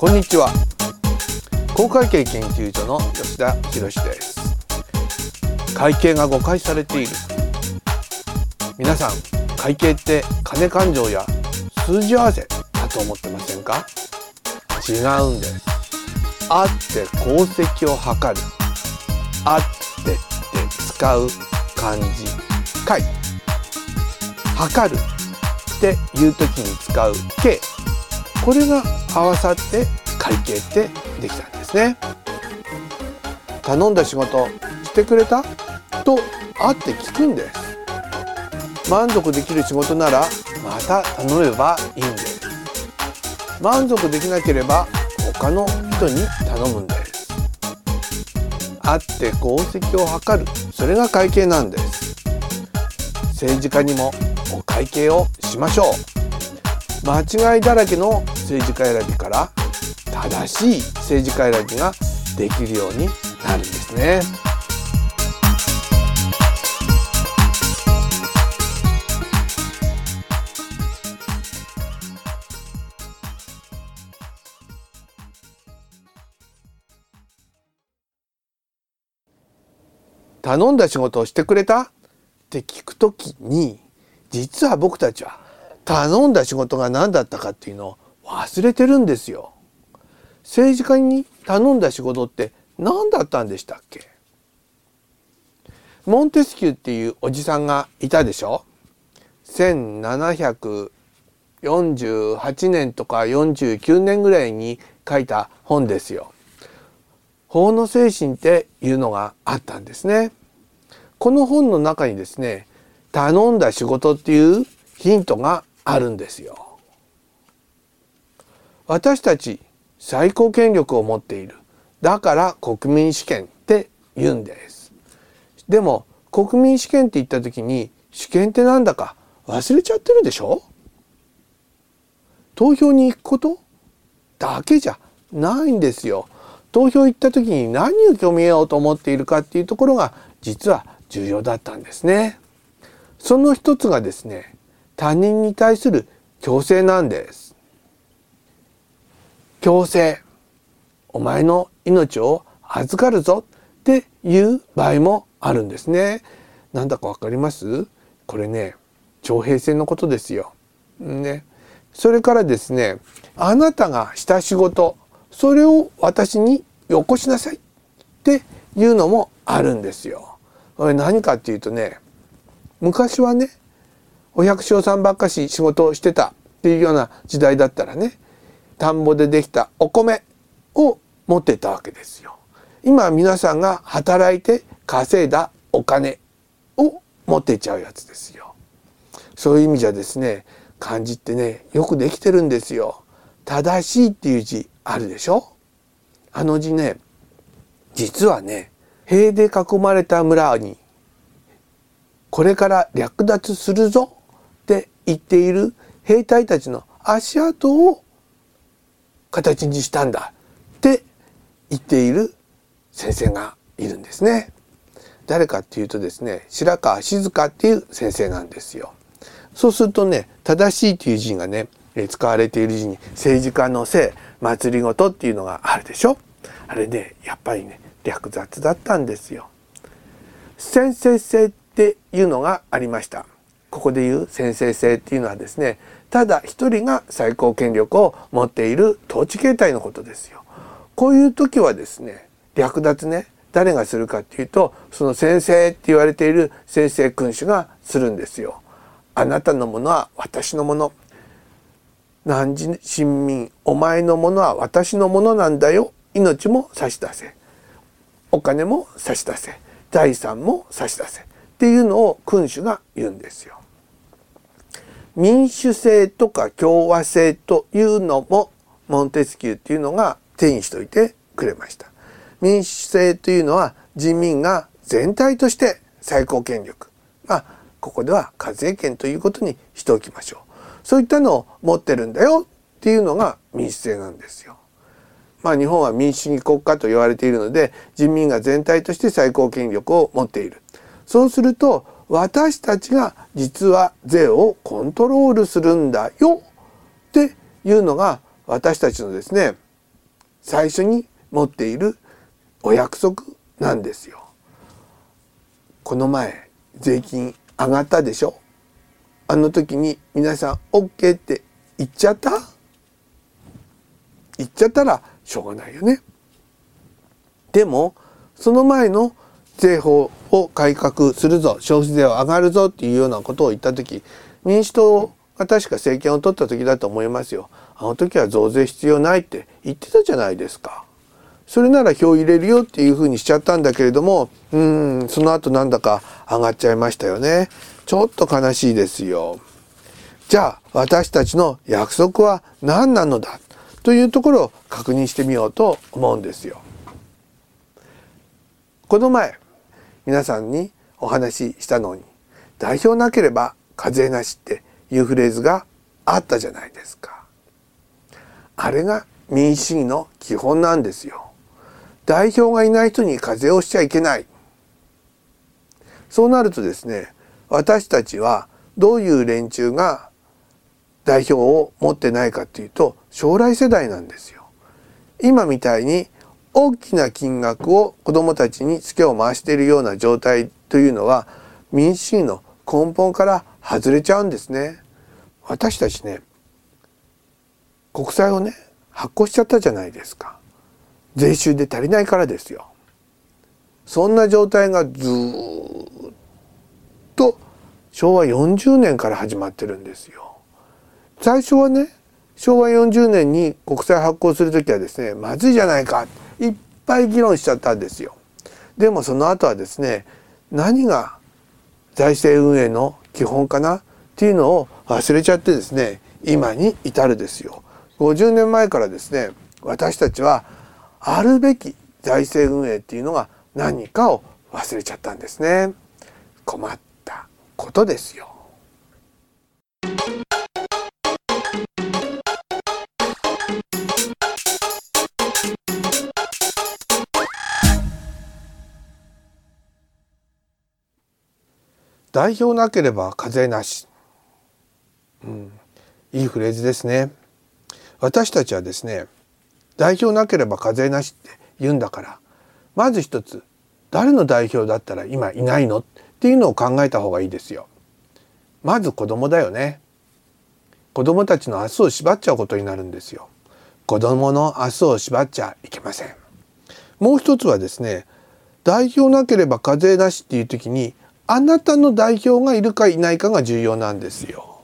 こんにちは。公会計研究所の吉田博です。会計が誤解されている。皆さん、会計って金勘定や数字合わせだと思ってませんか？違うんです。あって功績を測る。あってって使う漢字会。測るっていう時に使う計。これが合わさって会計ってできたんですね。頼んだ仕事してくれた？と会って聞くんです。満足できる仕事ならまた頼めばいいんです。満足できなければ他の人に頼むんです。会って功績を測る、それが会計なんです。政治家にもお会計をしましょう。間違いだらけの政治家選びから正しい政治家選びができるようになるんですね。頼んだ仕事をしてくれた？って聞くときに、実は僕たちは頼んだ仕事が何だったかっていうのを忘れてるんですよ。政治家に頼んだ仕事って何だったんでしたっけ？モンテスキューっていうおじさんがいたでしょ。1748年とか49年ぐらいに書いた本ですよ。法の精神っていうのがあったんですね。この本の中にですね、頼んだ仕事っていうヒントがあるんですよ。私たち最高権力を持っている。だから国民主権って言うんです。でも国民主権って言った時に、主権ってなんだか忘れちゃってるでしょ？投票に行くことだけじゃないんですよ。投票行った時に何を決めようと思っているかっていうところが実は重要だったんですね。その一つがですね、他人に対する強制なんです。強制。お前の命を預かるぞっていう場合もあるんですね。なんだかわかります？これね、徴兵制のことですよ。ね。それからですね、あなたがした仕事、それを私によこしなさいっていうのもあるんですよ。これ何かっていうとね、昔はね、お百姓さんばっかし仕事をしてたっていうような時代だったらね、田んぼでできたお米を持ってたわけですよ。今皆さんが働いて稼いだお金を持っていっちゃうやつですよ。そういう意味じゃですね、漢字ってね、よくできてるんですよ。正しいっていう字あるでしょ。あの字ね、実はね、塀で囲まれた村にこれから略奪するぞって言っている兵隊たちの足跡を形にしたんだって言っている先生がいるんですね。誰かっていうとですね、白川静香っていう先生なんですよ。そうするとね、正しいという字がね、使われている字に政治家のせい、祭りごとっていうのがあるでしょ。あれね、やっぱりね、略奪だったんですよ。専制制っていうのがありました。ここでいう専制制っていうのはですね、ただ一人が最高権力を持っている統治形態のことですよ。こういう時はですね、略奪ね、誰がするかっていうと、その専制って言われている専制君主がするんですよ。あなたのものは私のもの。何時臣民、お前のものは私のものなんだよ。命も差し出せ。お金も差し出せ。財産も差し出せ。っていうのを君主が言うんですよ。民主制とか共和制というのもモンテスキューっていうのが定義しといてくれました。民主制というのは人民が全体として最高権力。ここでは課税権ということにしておきましょう。そういったのを持ってるんだよっていうのが民主制なんですよ。日本は民主主義国家と言われているので、人民が全体として最高権力を持っている。そうすると私たちが実は税をコントロールするんだよっていうのが私たちのですね、 最初に持っているお約束なんですよ。この前税金上がったでしょ。あの時に皆さん OK って言っちゃった？言っちゃったらしょうがないよね。でもその前の税法を改革するぞ、消費税は上がるぞっていうようなことを言った時、民主党が確か政権を取った時だと思いますよ。あの時は増税必要ないって言ってたじゃないですか。それなら票入れるよっていうふうにしちゃったんだけれども、その後なんだか上がっちゃいましたよね。ちょっと悲しいですよ。じゃあ私たちの約束は何なのだというところを確認してみようと思うんですよ。この前皆さんにお話ししたのに、代表なければ課税なしっていうフレーズがあったじゃないですか。あれが民主主義の基本なんですよ。代表がいない人に課税をしちゃいけない。そうなるとですね、私たちはどういう連中が代表を持ってないかっていうと、将来世代なんですよ。今みたいに大きな金額を子どもたちにツケを回しているような状態というのは民主主義の根本から外れちゃうんですね。私たちね、国債をね発行しちゃったじゃないですか。税収で足りないからですよ。そんな状態がずっと昭和40年から始まってるんですよ。最初はね、昭和40年に国債発行するときはですね、まずいじゃないかいっぱい議論しちゃったんですよ。でもその後はですね、何が財政運営の基本かなっていうのを忘れちゃってですね、今に至るですよ。50年前からですね、私たちはあるべき財政運営っていうのが何かを忘れちゃったんですね。困ったことですよ。代表なければ課税なし、いいフレーズですね。私たちはですね、代表なければ課税なしって言うんだから、まず一つ、誰の代表だったら今いないのっていうのを考えた方がいいですよ。まず子供だよね。子供たちの明日を縛っちゃうことになるんですよ。子供の明日を縛っちゃいけません。もう一つはですね、代表なければ課税なしっていう時に、あなたの代表がいるかいないかが重要なんですよ。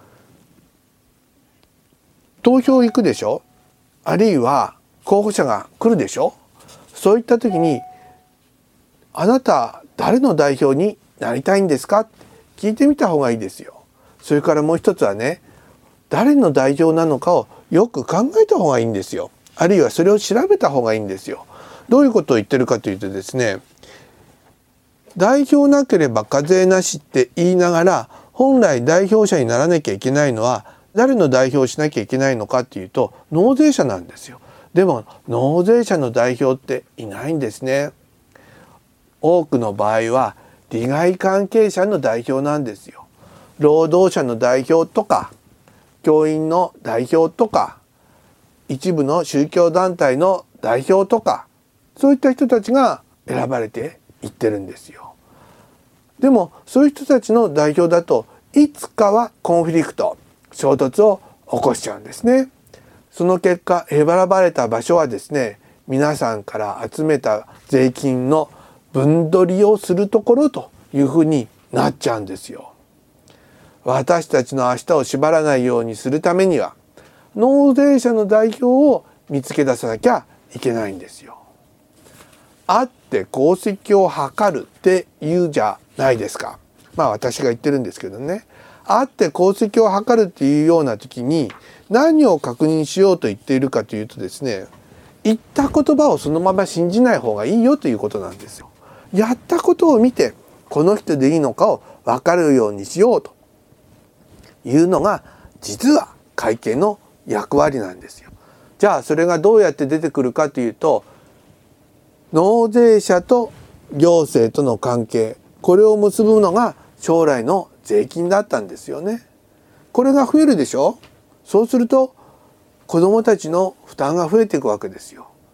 投票行くでしょ。あるいは候補者が来るでしょ。そういった時に、あなた誰の代表になりたいんですかって聞いてみた方がいいですよ。それからもう一つはね、誰の代表なのかをよく考えた方がいいんですよ。あるいはそれを調べた方がいいんですよ。どういうことを言ってるかというとですね、代表なければ課税なしって言いながら、本来代表者にならなきゃいけないのは誰の代表をしなきゃいけないのかっていうと、納税者なんですよ。でも納税者の代表っていないんですね。多くの場合は利害関係者の代表なんですよ。労働者の代表とか、教員の代表とか、一部の宗教団体の代表とか、そういった人たちが選ばれていってるんですよ。でもそういう人たちの代表だと、いつかはコンフリクト、衝突を起こしちゃうんですね。その結果、選ばれた場所はですね、皆さんから集めた税金の分取りをするところというふうになっちゃうんですよ。私たちの明日を縛らないようにするためには、納税者の代表を見つけ出さなきゃいけないんですよ。会って功績を図るって言うじゃないですか。私が言ってるんですけどね。会って功績を図るっていうような時に、何を確認しようと言っているかというとですね、言った言葉をそのまま信じない方がいいよということなんですよ。やったことを見て、この人でいいのかを分かるようにしようというのが、実は会計の役割なんですよ。じゃあそれがどうやって出てくるかというと、納税者と行政との関係、これを結ぶのが将来の税金だったんですよね。これが増えるでしょ。そうすると子どもたちの負担が増えていくわけですよ。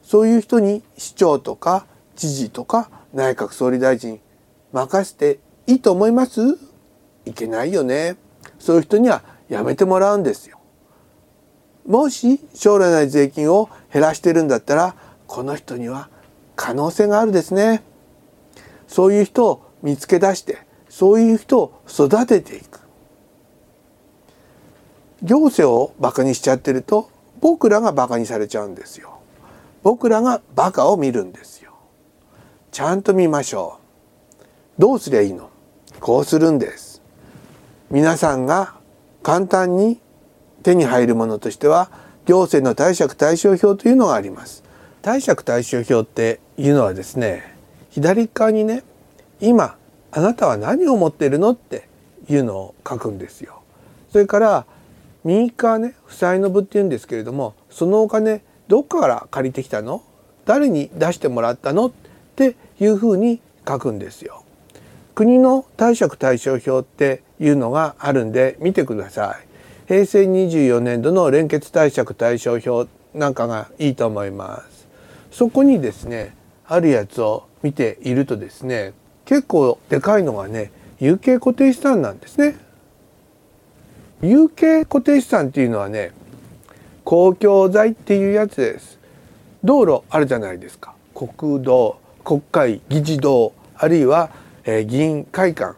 そういう人に市長とか知事とか内閣総理大臣任せていいと思います？いけないよね。そういう人にはやめてもらうんですよ。もし将来の税金を減らしてるんだったら、この人には可能性があるですね。そういう人を見つけ出して、そういう人を育てていく。行政をバカにしちゃってると、僕らがバカにされちゃうんですよ。僕らがバカを見るんですよ。ちゃんと見ましょう。どうすりゃいいの？こうするんです。皆さんが簡単に手に入るものとしては、行政の貸借対照表というのがあります。貸借対照表っていうのはですね、左側にね、今あなたは何を持っているのっていうのを書くんですよ。それから右側ね、負債の部っていうんですけれども、そのお金どっから借りてきたの？誰に出してもらったの？っていうふうに書くんですよ。国の貸借対照表っていうのがあるんで見てください。平成24年度の連結貸借対照表なんかがいいと思います。そこにですね、あるやつを見ているとですね、結構でかいのがね、有形固定資産なんですね。有形固定資産っていうのはね、公共財っていうやつです。道路あるじゃないですか。国道、国会議事堂、あるいは、議員会館、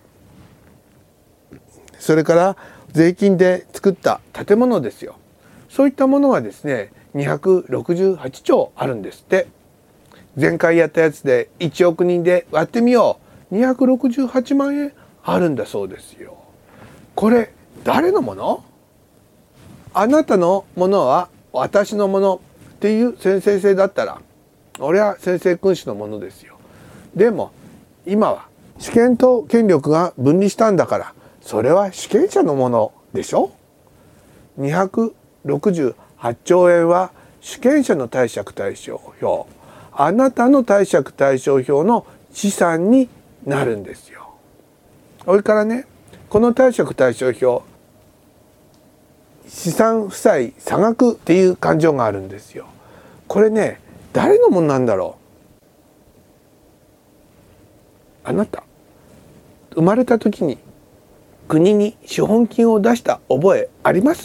それから税金で作った建物ですよ。そういったものがですね、268兆あるんですって。前回やったやつで1億人で割ってみよう。268万円あるんだそうですよ。これ誰のもの？あなたのものは私のものっていう先生性だったら、俺は先生君主のものですよ。でも今は主権と権力が分離したんだから、それは主権者のものでしょ。268兆円は主権者の貸借対照表、あなたの貸借対照表の資産になるんですよ。それからね、この貸借対照表、資産負債差額っていう勘定があるんですよ。これね、誰のものなんだろう。あなた生まれた時に国に資本金を出した覚えあります？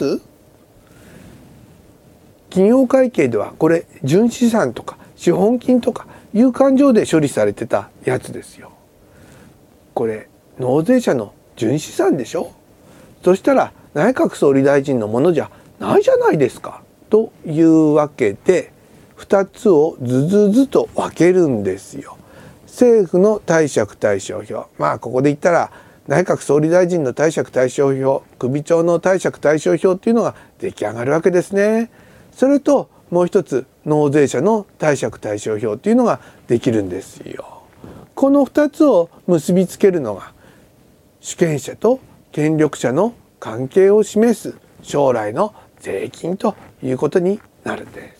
企業会計ではこれ純資産とか資本金とかいう勘定で処理されてたやつですよ。これ納税者の純資産でしょ。そしたら内閣総理大臣のものじゃないじゃないですか。というわけで2つをずずずと分けるんですよ。政府の貸借対照表、まあここで言ったら内閣総理大臣の貸借対照表、首長の貸借対照表っていうのが出来上がるわけですね。それともう一つ納税者の貸借対照表っていうのができるんですよ。この2つを結びつけるのが主権者と権力者の関係を示す将来の税金ということになるんです。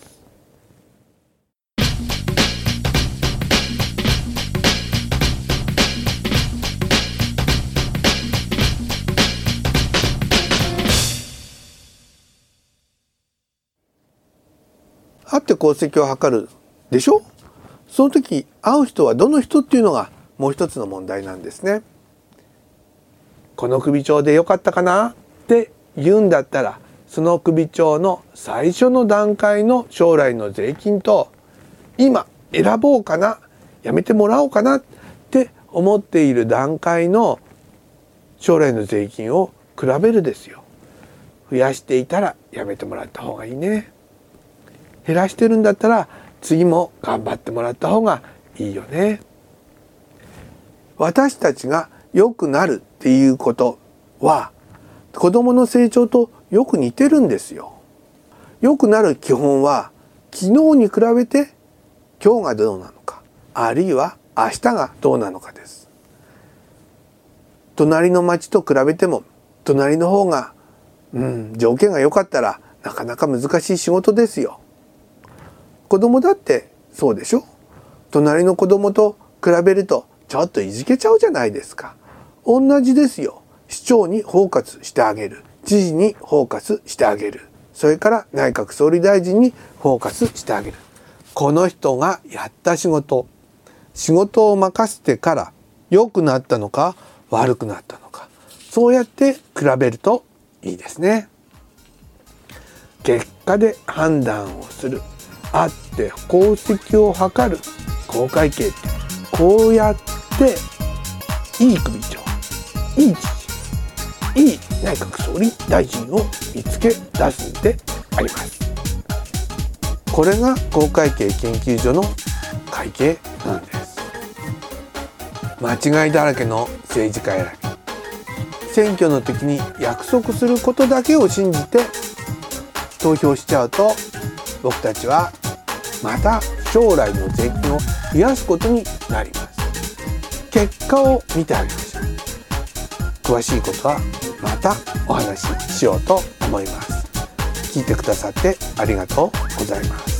会って功績を図るでしょ。その時会う人はどの人っていうのがもう一つの問題なんですね。この首長でよかったかなって言うんだったら、その首長の最初の段階の将来の税金と今選ぼうかな、やめてもらおうかなって思っている段階の将来の税金を比べるですよ。増やしていたらやめてもらった方がいいね。減らしてるんだったら次も頑張ってもらった方がいいよね。私たちが良くなるっていうことは子どもの成長とよく似てるんですよ。良くなる基本は昨日に比べて今日がどうなのか、あるいは明日がどうなのかです。隣の町と比べても隣の方が条件が良かったらなかなか難しい仕事ですよ。子供だってそうでしょ。隣の子供と比べるとちょっといじけちゃうじゃないですか。同じですよ。市長にフォーカスしてあげる、知事にフォーカスしてあげる、それから内閣総理大臣にフォーカスしてあげる。 この人がやった仕事を任せてから良くなったのか悪くなったのか、そうやって比べるといいですね。結果で判断をする、あって功績を図る公会計って、こうやっていい首長、いい知事、いい内閣総理大臣を見つけ出すんであります。これが公会計研究所の会計なんです。間違いだらけの政治家選び、選挙の時に約束することだけを信じて投票しちゃうと、僕たちはまた将来の税金を増やすことになります。結果を見てあげましょう。詳しいことはまたお話ししようと思います。聞いてくださってありがとうございます。